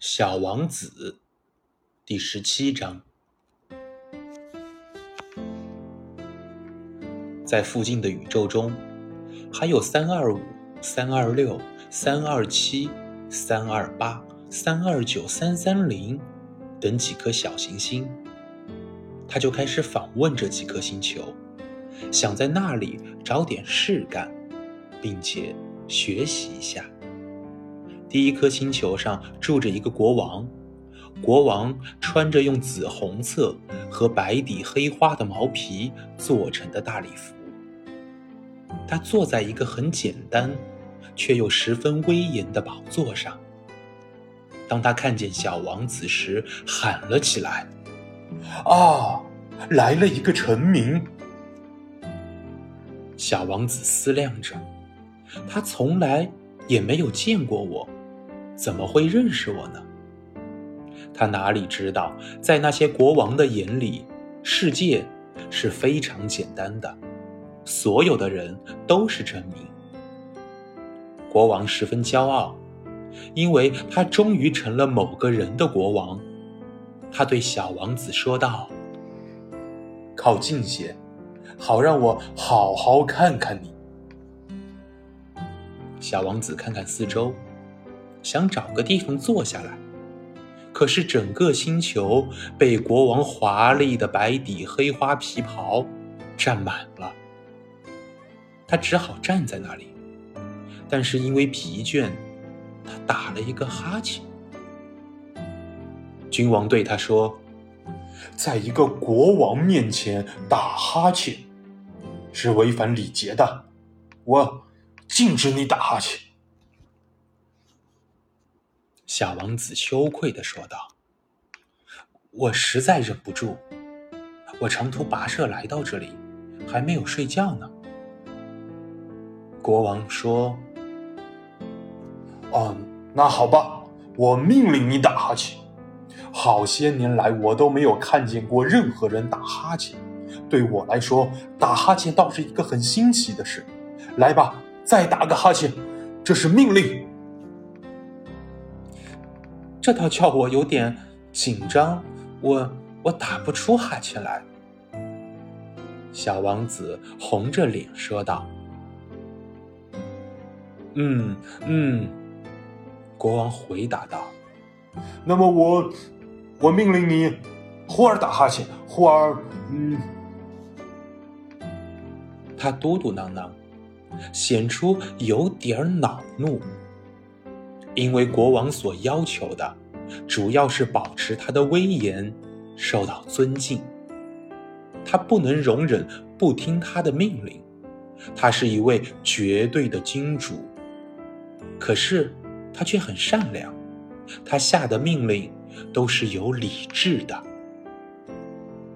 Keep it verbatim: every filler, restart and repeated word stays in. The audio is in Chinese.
小王子第十七章。在附近的宇宙中，还有三二五、三二六、三二七、三二八、三二九、三三零等几颗小行星。他就开始访问这几颗星球，想在那里找点事干，并且学习一下。第一颗星球上住着一个国王，国王穿着用紫红色和白底黑花的毛皮做成的大礼服。他坐在一个很简单却又十分威严的宝座上。当他看见小王子时，喊了起来：啊，来了一个臣民！小王子思量着，他从来也没有见过我，怎么会认识我呢？他哪里知道，在那些国王的眼里，世界是非常简单的，所有的人都是臣民。国王十分骄傲，因为他终于成了某个人的国王。他对小王子说道：靠近些，好让我好好看看你。小王子看看四周，想找个地方坐下来，可是整个星球被国王华丽的白底黑花皮袍占满了。他只好站在那里，但是因为疲倦，他打了一个哈欠。君王对他说：在一个国王面前打哈欠是违反礼节的，我禁止你打哈欠。小王子羞愧地说道：我实在忍不住，我长途跋涉来到这里，还没有睡觉呢。国王说：嗯，那好吧，我命令你打哈欠。好些年来我都没有看见过任何人打哈欠，对我来说，打哈欠倒是一个很新奇的事。来吧，再打个哈欠，这是命令。这倒叫我有点紧张，我我打不出哈欠来。小王子红着脸说道：嗯嗯，国王回答道：那么我我命令你忽而打哈欠，忽而嗯。他嘟嘟囔囔，显出有点恼怒，因为国王所要求的主要是保持他的威严受到尊敬。他不能容忍不听他的命令，他是一位绝对的君主。可是他却很善良，他下的命令都是有理智的。